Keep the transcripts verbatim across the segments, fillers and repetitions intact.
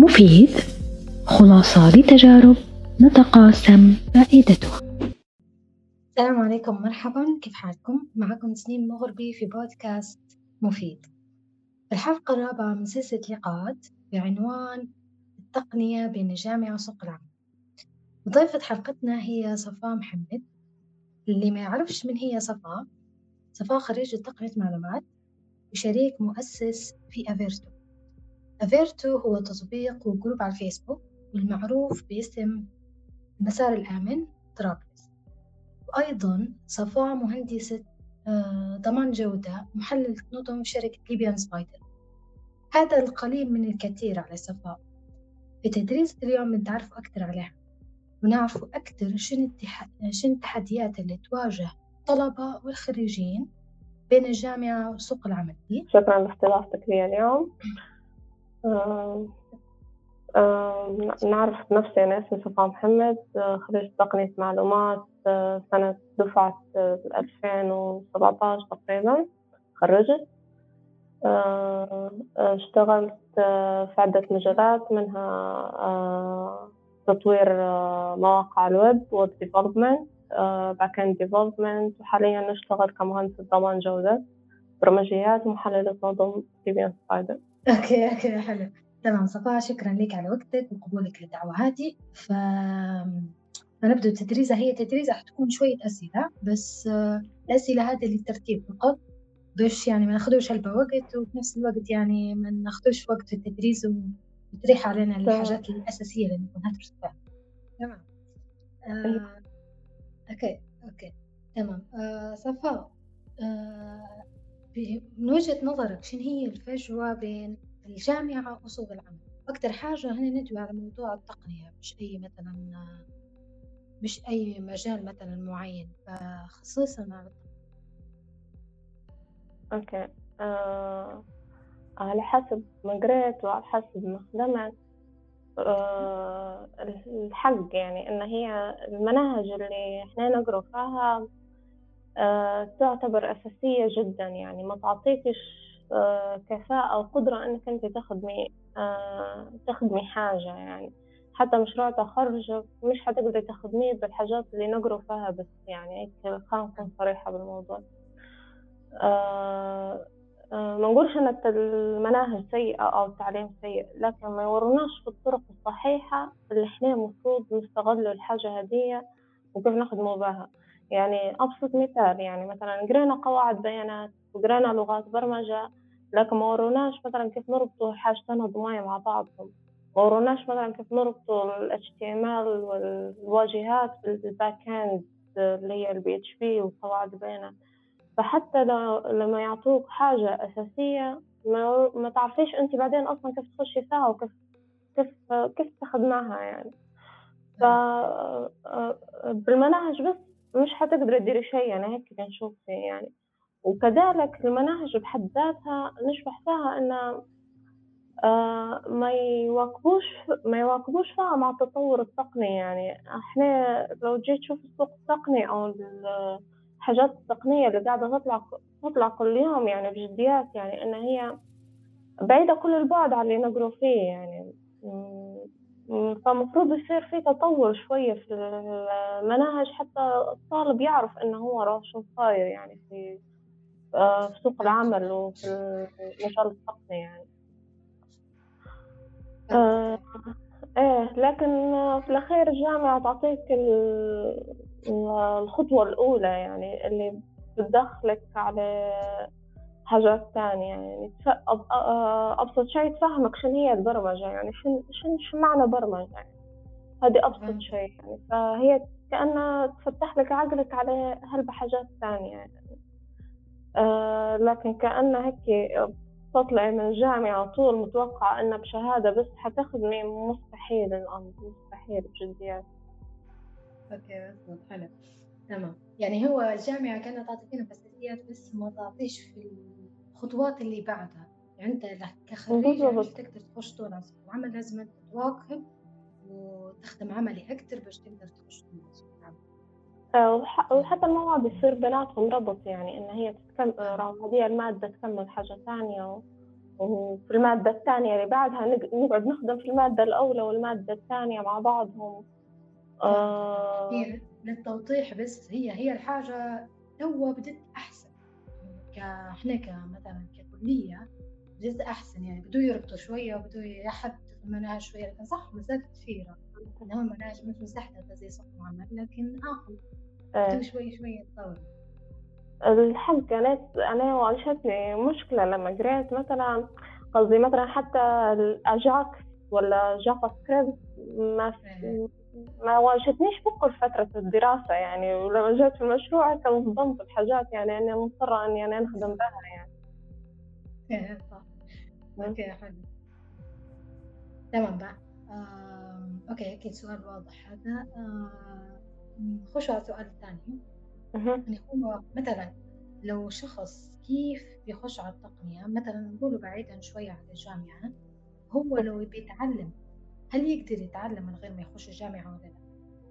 مفيد، خلاصة لتجارب نتقاسم فائدتها. السلام عليكم، مرحبا، كيف حالكم؟ معكم نسنيم مغربي في بودكاست مفيد. الحلقة الرابعة من سلسلة لقاءات بعنوان التقنية بين الجامعة وسوق العمل. ضيفة حلقتنا هي صفاء محمد. اللي ما يعرفش من هي صفاء، صفاء خريجة تقنية معلومات وشريك مؤسس في أفيرتو. أفيرتو هو تطبيق وجروب على الفيسبوك والمعروف باسم المسار الآمن طرابلس. وأيضا صفاء مهندسة آه، ضمان جودة، محلل نظم في شركة ليبيان سبايدر. هذا القليل من الكثير على صفاء. في تدريس اليوم بنتعرفوا أكثر عليها ونعرفوا أكثر شنو شن التحديات اللي تواجه الطلبة والخريجين بين الجامعة وسوق العمل دي. شكرا لاستضافتك لي اليوم. آه آه نعرف نفسي، أنا اسمي صفاء محمد، آه خريجة تقنية معلومات آه سنة دفعة آه ألفين وسبعة عشر تقريبا خرجت. آه اشتغلت آه في عدة مجالات، منها آه تطوير آه مواقع الويب، ويب ديفلوبمنت، باك اند ديفلوبمنت، وحاليا نشتغل كمهندسة ضمان جودة، برمجيات، ومحللة نظم ليبيان سبايدر. اوكي اوكي حلو تمام. صفاء، شكرا لك على وقتك وقبولك للدعوة هذه. ف فنبدأ التدريسة. هي تدريسة حتكون شوية أسئلة بس، آه، الأسئلة هذه للترتيب فقط، باش يعني ما ناخدوش هلبة وقت، وفي نفس الوقت يعني ما ناخدوش وقت في التدريس وتريح علينا الحاجات الأساسية اللي نكون هترسلها. تمام. آه، أوكي أوكي تمام. آه، صفاء، آه، من وجهة نظرك شنو هي الفجوة بين الجامعة وسوق العمل؟ أكتر حاجة هنا ندوي على موضوع التقنية، مش أي مثلا مش أي مجال مثلا معين، فخصيصا على أوكي. آه، على حسب ما قريت وعلى حسب ما خدمت، آه، الحق يعني إن هي المناهج اللي إحنا نقرأ فيها آه، تعتبر أساسية جدا، يعني ما تعطيكش آه، كفاءة وقدرة إنك أنت تخدمي آه، تخدمي حاجة. يعني حتى مشروع تخرجك مش حتقدري تخدميه بالحاجات اللي نقرأ فيها بس. يعني هيك خلينا نكون صريحة بالموضوع. آه آه ما نقولش ان المناهج سيئة او التعليم سيء، لكن ما يوروناش في الطرق الصحيحة اللي احنا المفروض نستغل الحاجة هدية وكيف نخدموا بها. يعني ابسط مثال، يعني مثلا قرينا قواعد بيانات وقرينا لغات برمجة، لكن ما وروناش مثلا كيف نربطوا حاجتين هضمية مع بعضهم. ما وروناش مثلا كيف نربطوا ال إتش تي إم إل والواجهات بالباك اند اللي هي البي اتش بي وقواعد بيانات. فحتى لو لما يعطوك حاجة أساسية ما, ما تعرفيش أنت بعدين أصلا كيف تخشي فيها وكيف كيف كيف تخدمها. يعني ف بالمناهج بس مش حتقدر تديري شيء. يعني هيك بنشوف يعني. وكذلك المناهج بحد ذاتها نشبح فيها إن ما يواكبوش ما يواكبوش فيها مع التطور التقني. يعني احنا لو جيت تشوف السوق التقني أو الحاجات التقنية اللي قاعدة تطلع تطلع كل يوم، يعني بجديات، يعني إن هي بعيدة كل البعد عن اللي نقرأ فيه. يعني فمفروض يصير في تطور شوية في المناهج حتى الطالب يعرف إنه هو راه شو صاير يعني في في سوق العمل وفي المجال التقني. يعني آه ايه، لكن في الأخير الجامعة تعطيك الخطوة الأولى، يعني اللي بتدخلك على حاجات تانية. يعني أبسط شيء تفهمك شنو هي البرمجة، يعني شن شن شو معنى برمجة. يعني هذه أبسط شيء. يعني فهي كأنها تفتح لك عقلك على هالبحاجات تانية. يعني آه لكن كأنها هيك تطلع من الجامعة طول متوقع أنها بشهادة بس حتخدمي، مستحيل الأمر، مستحيل بجديات. اوكي حلو تمام. يعني هو الجامعة كانت تعطينا أساسيات بس ما تعطيش في الخطوات اللي بعدها. يعني أنت كخريجة مش تقدر تخش طول سوق العمل، لازم تواكب وتخدم عملي أكتر باش تقدر تخش طول سوق العمل. وحتى المواد يصير بيناتهم ربط، يعني إن هي تتكمل هذه المادة تكمل حاجة ثانية وفي المادة الثانية اللي بعدها نقعد نخدم في المادة الأولى والمادة الثانية مع بعضهم. آه هي للتوضيح بس، هي هي الحاجة تو بدت أحسن، كإحنا كمثلا ككلية بدت أحسن، يعني بدو يربطوا شوية وبدو يحدثوا المناهج شوية، لكن صح مسات كثيرة إنه المناهج مش مستحدثة زي صف معمل، لكن آخر بدو شوي شوي يتطور. الحق كانت أنا واجهتني مشكلة لما قريت مثلا، قصدي مثلا حتى الأجاكس ولا جافا سكريبت ما ما واجهتنيش بكل فترة الدراسة يعني، ولما جات في المشروع كان صدمت الحاجات يعني أنا مضطرة إني أنا أخدم بها يعني. إيه صح. أوكي حلو تمام بقى. آه، أوكي أكيد سؤال واضح هذا. آه، نخش على السؤال الثاني. يعني هو مثلا لو شخص كيف بيخش على التقنية، مثلا نقوله بعيدا شوية عن الجامعة، هو لو بيتعلم هل يقدر يتعلم من غير ما يخش الجامعة ولا لا؟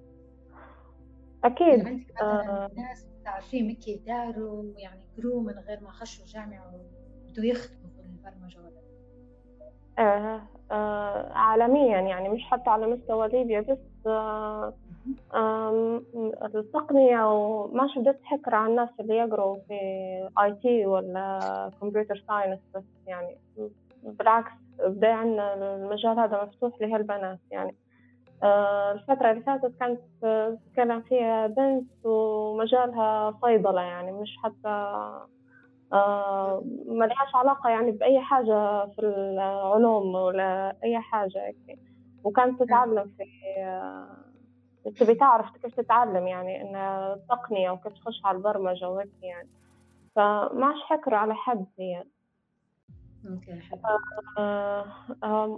أكيد. يعني عندك مثلا آه. ناس تعرفين مكي داروا يعني قروا من غير ما خشوا الجامعة وبدوا يخدموا في البرمجة ولا لا؟ آه آه عالميا يعني مش حتى على مستوى ليبيا بس. آه التقنية وماش بدأت تحكر على الناس اللي يقروا في آي تي ولا كمبيوتر ساينس بس، يعني بالعكس بدأ عندنا المجال هذا مفتوح لهالبنات يعني. آه الفترة اللي فاتت كانت تتكلم فيها بنت ومجالها صيدلة، يعني مش حتى آه ما لهاش علاقة يعني بأي حاجة في العلوم ولا أي حاجة يعني. وكانت تتعلم في آه تبي تعرف كيف تتعلم يعني إن التقنية وكيف تخش على البرمجة وهيك يعني، فماش حكر على حد يعني. أوكي حلو. آه آه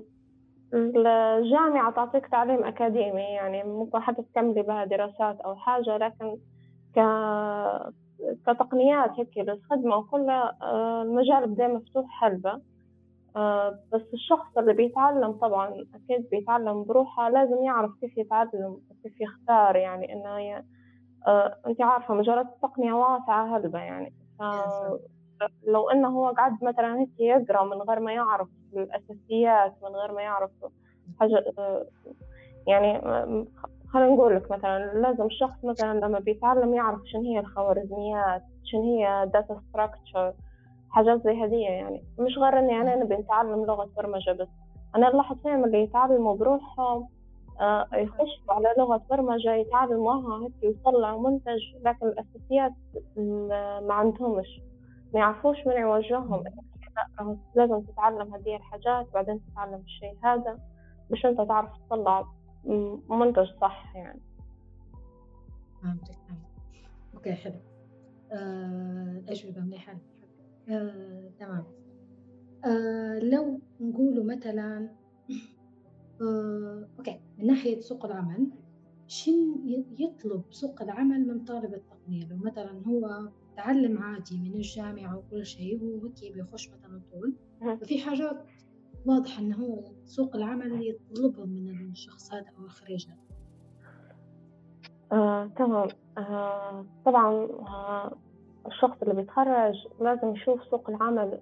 الجامعة تعطيك تعليم أكاديمي يعني ممكن حتى تكملي بها دراسات أو حاجة، لكن ك كتقنيات هيك للخدمة وكلها المجال بدأ مفتوح هلبة. بس الشخص اللي بيتعلم طبعا أكيد بيتعلم بروحه، لازم يعرف كيف يتعلم وكيف يختار، يعني إنه ي... أنت عارفة مجالات التقنية واسعة هلبة يعني. لو إنه هو قاعد مثلا هيك يقرأ من غير ما يعرف الأساسيات، من غير ما يعرف حاجة يعني، خلينا نقول لك مثلا لازم الشخص مثلا لما بيتعلم يعرف شنو هي الخوارزميات، شنو هي داتا ستراكشر، حاجات زي هدية يعني. مش غير اني انا نبي نتعلم لغة برمجة بس. انا نلاحظ فيهم اللي يتعلموا بروحهم آه يخشوا على لغة برمجة يتعلموها هيك يطلعوا منتج، لكن الاساسيات ما عندهمش، ما يعرفوش من يوجههم. لا لازم تتعلم هذه الحاجات بعدين تتعلم الشيء هذا مش انت تعرف تطلع منتج صح يعني. فهمتك. اوكي حلو. آه، الأجوبة مليحة. آه، تمام. آه، لو نقولوا مثلا آه، أوكي من ناحية سوق العمل، شن يطلب سوق العمل من طالب التقنية؟ لو مثلا هو تعلم عادي من الجامعة وكل شيء وهيك بيخش مثلا طول، ففي حاجات واضحة إنه هو سوق العمل يطلبهم من الشخص هذا أو الخريج هذا. آه، تمام. آه، طبعا آه، الشخص اللي بيتخرج لازم يشوف سوق العمل.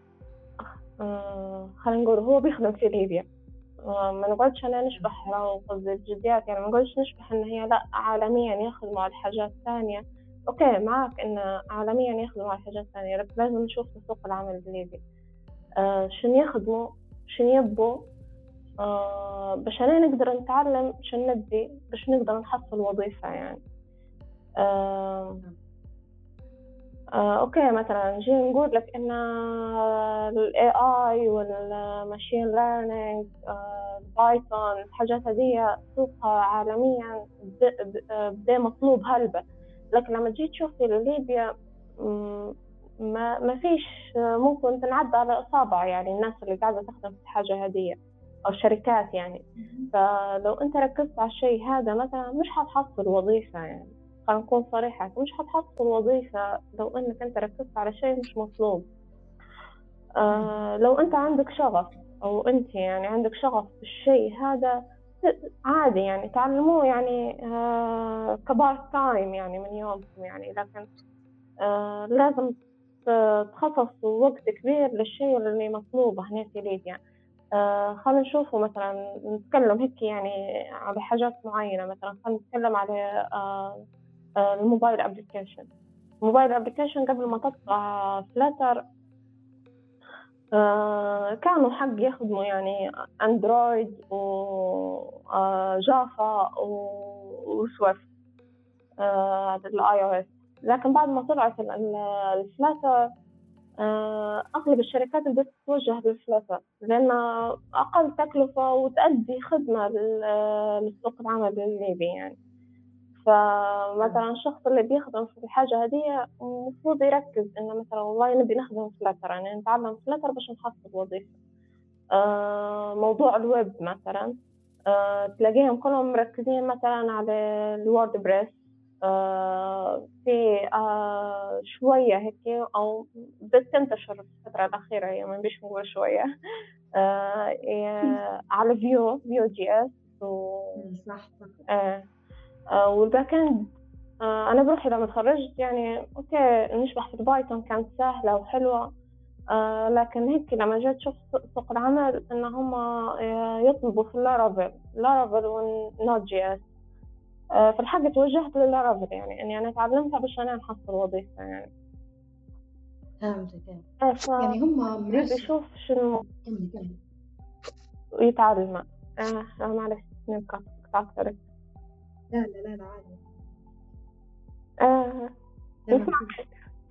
آه، خلينا نقول هو بيخدم في ليبيا. آه، ما نقعدش أنا نشبح قصدي الجديات يعني، ما نقعدش نشبح إن هي لا عالميا يخدموا على حاجات ثانية. أوكي معك إن عالميا يخدموا على حاجات ثانية، لكن لازم نشوف سوق العمل الليبي آه، شن يخدموا شن يبوا آه، باش أنا نقدر نتعلم شن نبي باش نقدر نحصل وظيفة يعني. آه آه، أوكي مثلا نجي نقول لك إن ال إيه آي والماشين ليرنينج بايثون الحاجات هذه سوقها عالميا بدأ مطلوب هلبة، لكن لما تجي تشوفي ليبيا ما ما فيش، ممكن تنعد على إصابع يعني الناس اللي قاعدة تخدم في الحاجة هذه أو الشركات يعني. فلو أنت ركزت على الشيء هذا مثلا مش هتحصل وظيفة يعني، خلينا نكون صريحة مش هتحصل وظيفة لو انك انت ركزت على شيء مش مطلوب. آه لو انت عندك شغف او انت يعني عندك شغف بالشيء هذا عادي يعني تعلموه يعني آه كبارت تايم يعني من يومكم يعني، لكن آه لازم آه، تخصص وقت كبير للشيء اللي مطلوبه هنا في ليبيا. آه خلينا نشوفه مثلا، نتكلم هيك يعني على حاجات معينة. مثلا خلينا نتكلم على آه آه الموبايل ابليكيشن. الموبايل ابليكيشن قبل ما تطلع فلاتر آه كانوا حق يخدموا يعني اندرويد وجافا وسويفت الاي او اس. لكن بعد ما طلعت الفلاتر آه، أغلب الشركات بدأت تتوجه للفلاتر لأن أقل تكلفة وتأدي خدمة للسوق العمل الليبي يعني. فمثلا الشخص اللي بيخدم في الحاجة هذه المفروض يركز إنه مثلا والله نبي نخدم فلاتر، يعني نتعلم فلاتر باش نحصل وظيفة. آه، موضوع الويب مثلا آه، تلاقيهم كلهم مركزين مثلا على الوورد بريس. آه في آه شوية هيك أو بتنتشر في الفترة الأخيرة، هي ما بيش نقول شوية. آه على فيو فيو جي اس و صح صح. آه آه والباك اند. آه أنا بروحي لما تخرجت يعني أوكي نشبح في البايثون كانت سهلة وحلوة. آه لكن هيك لما جيت شوف سوق العمل إن هم يطلبوا في اللارافيل لارافيل ونوت جي اس. في الحاجة توجهت للارافيل، يعني اني انا تعلمتها باش انا نحصل وظيفة يعني. فهمتك. ف... يعني هم مرسوا بيشوف شنو كمل كمل. يتعلم. اه لا معلش نبقى قطعت عليك. لا لا لا لا عادي. اه تمام. نسمع.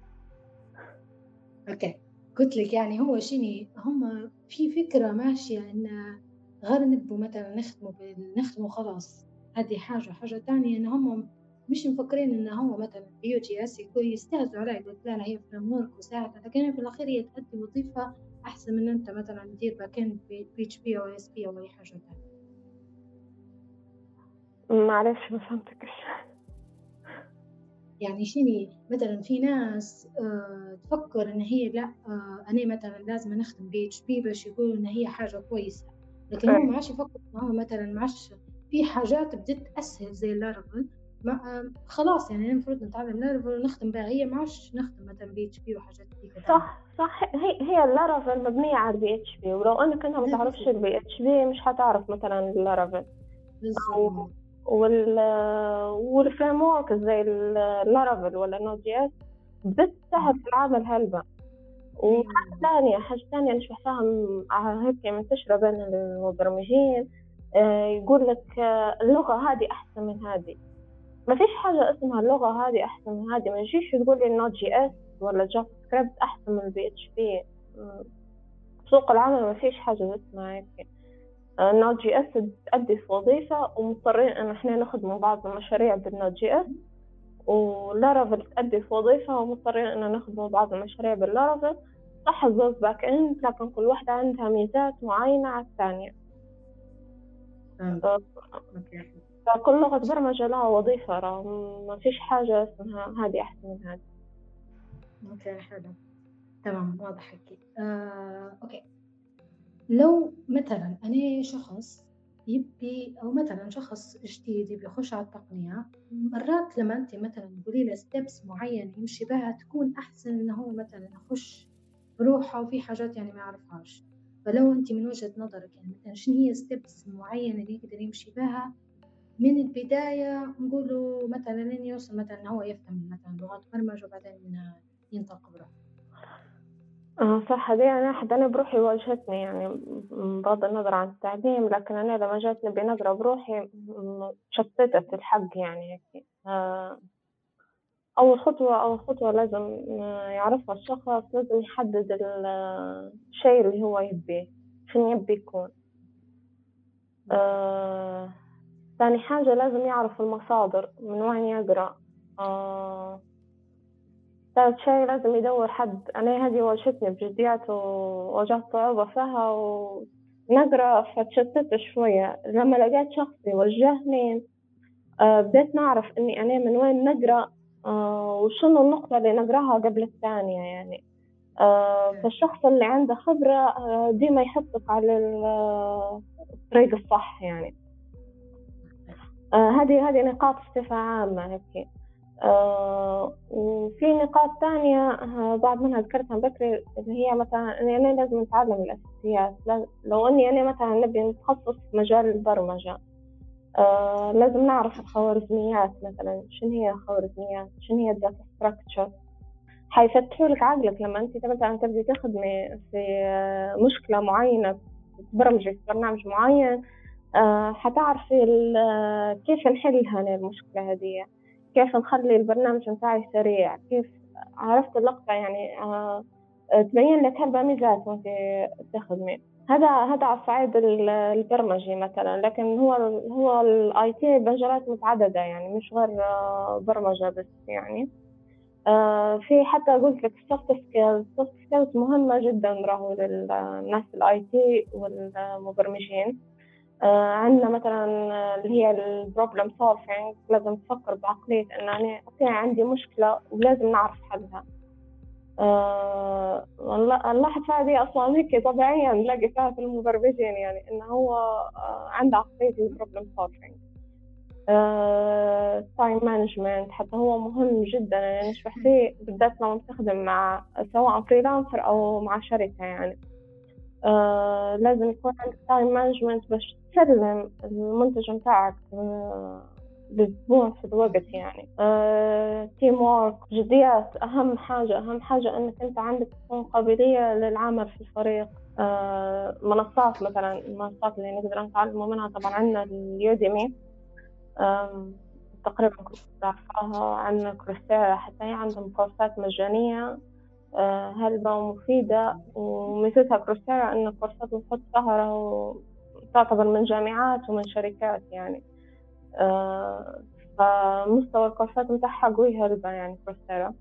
اوكي، قلت لك يعني هو شيني هم في فكرة ماشية ان غير نبوا مثلا نخدموا بال- نخدموا خلاص. هذه حاجة حاجة تانية ان هم مش مفكرين ان هو مثلا بيو جي اس يكون يستهزوا عليه، يقول لا لا هي فريم ورك وسهلة، لكن في الاخير هي تأدي وظيفة احسن من انت مثلا تدير باك اند بي اتش بي او اس بي او اي حاجة تانية. معلش ما فهمتكش. يعني شيني مثلا في ناس آه تفكر ان هي لا آه انا مثلا لازم نخدم بي اتش بي باش يقولوا ان هي حاجه كويسه، لكن هو ما عادش يفكر ان هو مثلا ما عادش في حاجات بدت اسهل زي اللارفل. ما آه خلاص يعني المفروض نتعلم لارفل ونخدم بها، هي ما عادش نخدم مثلا بي اتش بي وحاجات كذا. صح صح. هي هي اللارافيل مبنية على البي اتش بي، ولو انك انت ما تعرفش البي اتش بي مش هتعرف مثلا اللارافيل. بالضبط. وال والفريم ورك زي اللارافيل ولا نوت جي اس بتسهل في العمل هلبا. وحاجة ثانية حاجة ثانية مش فاهم هيك منتشرة بين المبرمجين. آه يقول لك آه اللغة هذه أحسن من هذه. ما فيش حاجة اسمها اللغة هذه أحسن من هذه. ما يجيش تقول لي النوت جي اس ولا جافا سكريبت أحسن من البي اتش بي. سوق العمل ما فيش حاجة اسمها هيك. النوت جي اس تأدي في وظيفة ومضطرين إن إحنا نخدم بعض المشاريع بالنوت جي اس، ولارافيل تأدي في وظيفة ومضطرين إن نخدم بعض المشاريع باللارافيل. صح الزوز باك إند، لكن كل واحدة عندها ميزات معينة على الثانية. فكل لغة برمجة لها وظيفة، ما فيش حاجة اسمها هذه أحسن من هذه. اوكي حلو تمام واضح أكيد. آه، اوكي لو مثلا أنا شخص يبي أو مثلا شخص جديد يبي يخش على التقنية، مرات لما أنت مثلا تقولي له ستيبس معينة يمشي بها تكون أحسن إنه هو مثلا يخش بروحه وفي حاجات يعني ما يعرفهاش. فلو أنت من وجهة نظرك يعني مثلا شنو هي ستيبس معينة اللي يقدر يمشي بها من البداية، نقوله مثلا لين يوصل مثلا هو يفهم مثلا لغات برمجة وبعدين ينطلق بروحه. آه صح. هذه أنا حد أنا بروحي واجهتني يعني بغض النظر عن التعليم، لكن أنا لما جاتني بنظرة بروحي شتتت الحق يعني هيك. آه أول خطوة أول خطوة لازم يعرفها الشخص، لازم يحدد الشيء اللي هو يبيه شنو يبي يكون. آه ثاني حاجة لازم يعرف المصادر من وين يقرأ. آه ثالث شيء لازم يدور حد. أنا هذه واجهتني بجديات وواجهت صعوبة فيها ونقرأ فتشتت شوية. لما لقيت شخص يوجهني آه بديت نعرف إني أنا من وين نقرأ آه وشنو النقطة اللي نقرأها قبل الثانية يعني. آه فالشخص اللي عنده خبرة آه ديما يحطك على الطريق الصح يعني. آه هذه هذه نقاط صفة عامة هيك. آه وفي نقاط تانية آه بعض منها ذكرتها بكري، اللي هي مثلا إني أنا لازم أتعلم الأساسيات. لو إني أنا مثلا نبي نتخصص في مجال البرمجة، آه لازم نعرف الخوارزميات، مثلا شنو هي الخوارزميات، شنو هي الداتا ستراكشر. حيفتحوا لك عقلك لما أنت مثلا تبدي تخدمي في آه مشكلة معينة، تبرمجي في برنامج معين، آه حتعرفي كيف نحلها المشكلة هذه، كيف نخلي البرنامج متاعي سريع، كيف عرفت اللقطة يعني. آه تبين لك هالميزات وانت تخدمي. هذا هذا على الصعيد البرمجي مثلا. لكن هو هو الاي تي مجالات متعددة يعني، مش غير آه برمجة بس يعني. آه في حتى قلت لك السوفت سكيلز، السوفت سكيلز مهمة جدا راهو للناس الاي تي والمبرمجين. آه عندنا مثلا اللي هي البروبلم سولفينج، لازم تفكر بعقلية إن أنا أوكي عندي مشكلة ولازم نعرف حلها. آه نلاحظ هذه أصلا هيك طبيعيا نلاقي فيها في المبرمجين، يعني إنه هو آه عنده عقلية البروبلم سولفينج. تايم مانجمنت حتى هو مهم جدا، يعني نشبح فيه بالذات لما تخدم مع سواء فريلانسر أو مع شركة يعني. آه لازم يكون عندك تايم مانجمنت باش تسلم المنتج متاعك آه بالزبون في الوقت يعني. آه تيم وورك، جديات، أهم حاجة أهم حاجة أنك أنت عندك تكون قابلية للعمل في الفريق. آه منصات مثلا، المنصات اللي نقدر نتعلم منها طبعا عندنا اليوديمي، آه تقريبا كنت تعرفها، عندنا كورسيرا حتى هي عندهم كورسات مجانية هلبة ومفيدة. وميزتها كورسيرا أن الكورسات نحط سهرة وتعتبر من جامعات ومن شركات يعني. آه فمستوى الكورسات متاعها قوي هلبة يعني كورسيرا.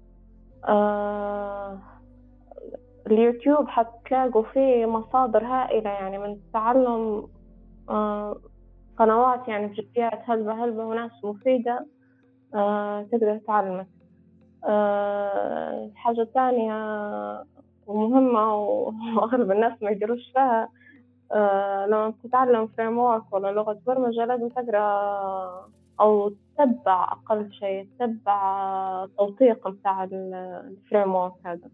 آه اليوتيوب حتلاقوا فيه مصادر هائلة يعني من التعلم، آه قنوات يعني فيديوهات هلبة هلبة وناس مفيدة آه تقدر تعلمك. الحاجة آه الثانية ومهمة وأغلب الناس ما يديروش فيها، آه لما تتعلم فريم ورك ولا لغة برمجة لازم تقرأ أو تتبع أقل شيء، تتبع توثيق متاع الفريم ورك هذا.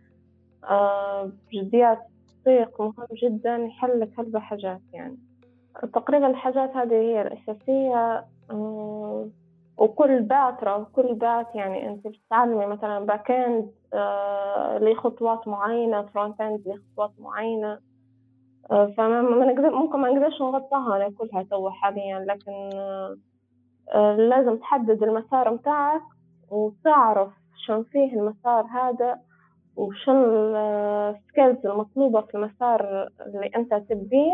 آه بجديات توثيق مهم جدا، يحلك هلبة حاجات يعني. تقريبا الحاجات هذه هي الأساسية. آه وكل باترة وكل بات يعني أنت بتتعلمي مثلا باك إند آه لخطوات معينة، فرونت إند لخطوات معينة. آه فما ما نقدر ممكن ما نقدرش نغطاها كلها تو حاليا، لكن آه آه لازم تحدد المسار متاعك وتعرف شن فيه المسار هذا وشن السكيلز المطلوبة في المسار اللي أنت تبيه.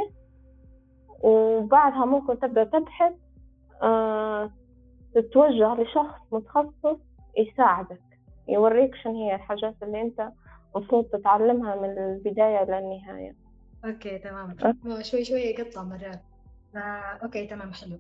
وبعدها ممكن تبدأ تبحث، آه تتوجه لشخص متخصص يساعدك يوريك شن هي الحاجات اللي انت مفروض تتعلمها من البداية للنهاية. اوكي تمام. أه. شوي شوي يقطع مرات. آه، اوكي تمام حلو.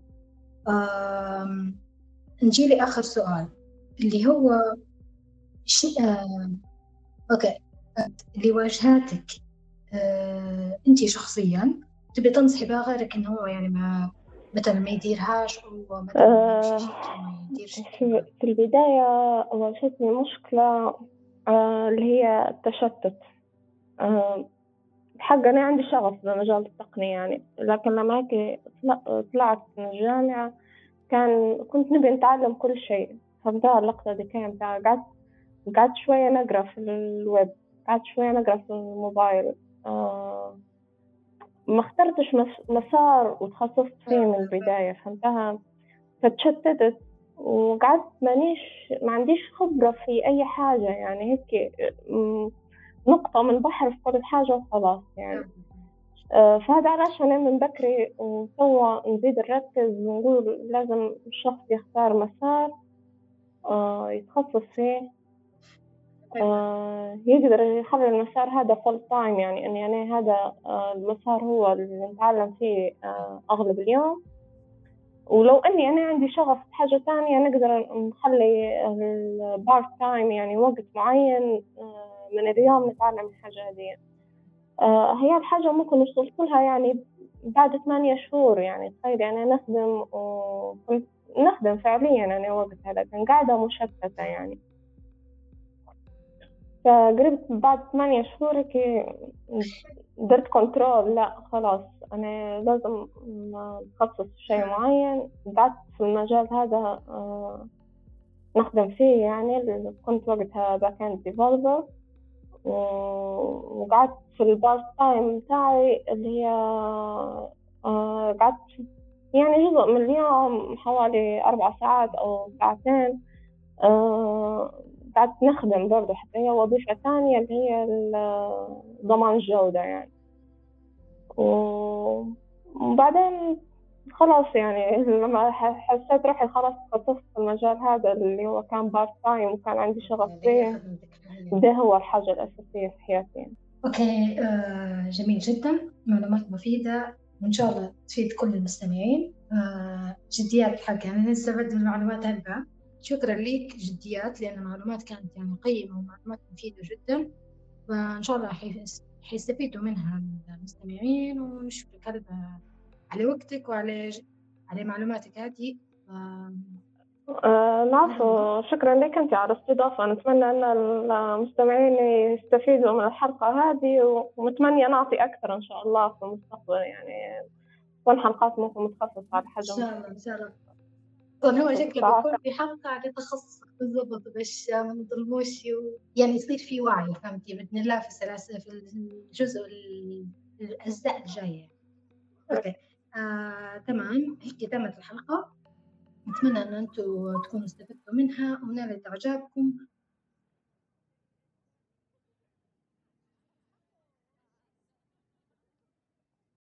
آم، نجي لي اخر سؤال اللي هو شي... آه، اوكي اللي واجهاتك آه، انت شخصيا تبي تنصحي بها غيرك انه هو يعني ما مثلا ما يديرهاش ومثلا ما يمشيش هيك ما يديرش في, في البداية واجهتني مشكلة آه اللي هي التشتت. آه حق أنا عندي شغف بمجال التقنية يعني، لكن لما هيك طلعت من الجامعة كان كنت نبي نتعلم كل شيء. فهمتها اللقطة دي كان قعدت قعدت شوية نقرأ في الويب، قعدت شوية نقرأ في الموبايل. آه ما اخترتش مسار وتخصصت فيه من البداية، فهمتها. فتشتتت وقعدت مانيش ما عنديش خبرة في أي حاجة يعني، هيك نقطة من بحر في كل حاجة وخلاص يعني. آه فهذا علاش أنا من بكري وسوى نزيد نركز ونقول لازم الشخص يختار مسار آه يتخصص فيه، آه يقدر يخلي المسار هذا فول تايم يعني. أني أنا هذا آه المسار هو اللي نتعلم فيه آه أغلب اليوم. ولو أني أنا عندي شغف في حاجة تانية نقدر نخلي البارت تايم يعني وقت معين آه من اليوم نتعلم الحاجة هذه. آه هي الحاجة ممكن وصلت لها يعني بعد ثمانية شهور يعني. تخيل يعني نخدم وكنت نخدم فعليا أنا وقتها، لكن قاعدة مشتتة يعني. فقربت بعد ثمانية شهور كي درت كنترول، لا خلاص أنا لازم أتخصص في شيء معين. قعدت في المجال هذا آه، نخدم فيه يعني. كنت وقتها باك اند ديفلوبر، وقعدت في البارت تايم بتاعي اللي هي آه، قعدت يعني جزء من اليوم حوالي أربع ساعات أو ساعتين. آه، قعدت نخدم برضو، حتى هي وظيفة ثانية اللي هي ضمان الجودة يعني. وبعدين خلاص يعني لما حسيت روحي خلاص تخصصت في المجال هذا اللي هو كان بارت تايم وكان عندي شغف فيه، ده هو الحاجة الأساسية في حياتي يعني. أوكي، آه جميل جدا، معلومات مفيدة وإن شاء الله تفيد كل المستمعين. آه جديات الحلقة يعني نستفاد من المعلومات هذا. شكرا لك جديات، لأن المعلومات كانت يعني قيمة ومعلومات مفيدة جدا، وإن شاء الله حيس- حيستفيدوا منها المستمعين. ونشكرك هذا على وقتك وعلى ج- على معلوماتك هذه. آه آه، العفو، شكرا لك أنت على الاستضافة. نتمنى أن المستمعين يستفيدوا من الحلقة هذه، ونتمنى نعطي أكثر إن شاء الله في المستقبل يعني، تكون حلقات ممكن متخصصة على حاجة إن شاء الله إن شاء الله. طبعا هو شكله متخصصة. بيكون في حلقة على تخصصك بالضبط، باش ما نظلموش و... يعني يصير في وعي، فهمتي، بإذن الله في السلاسل في الجزء ال- الأجزاء الجاية. أوكي، آه، تمام، هيك تمت الحلقة. نتمنى أن أنتم تكونوا استفدتوا منها ونالت إعجابكم.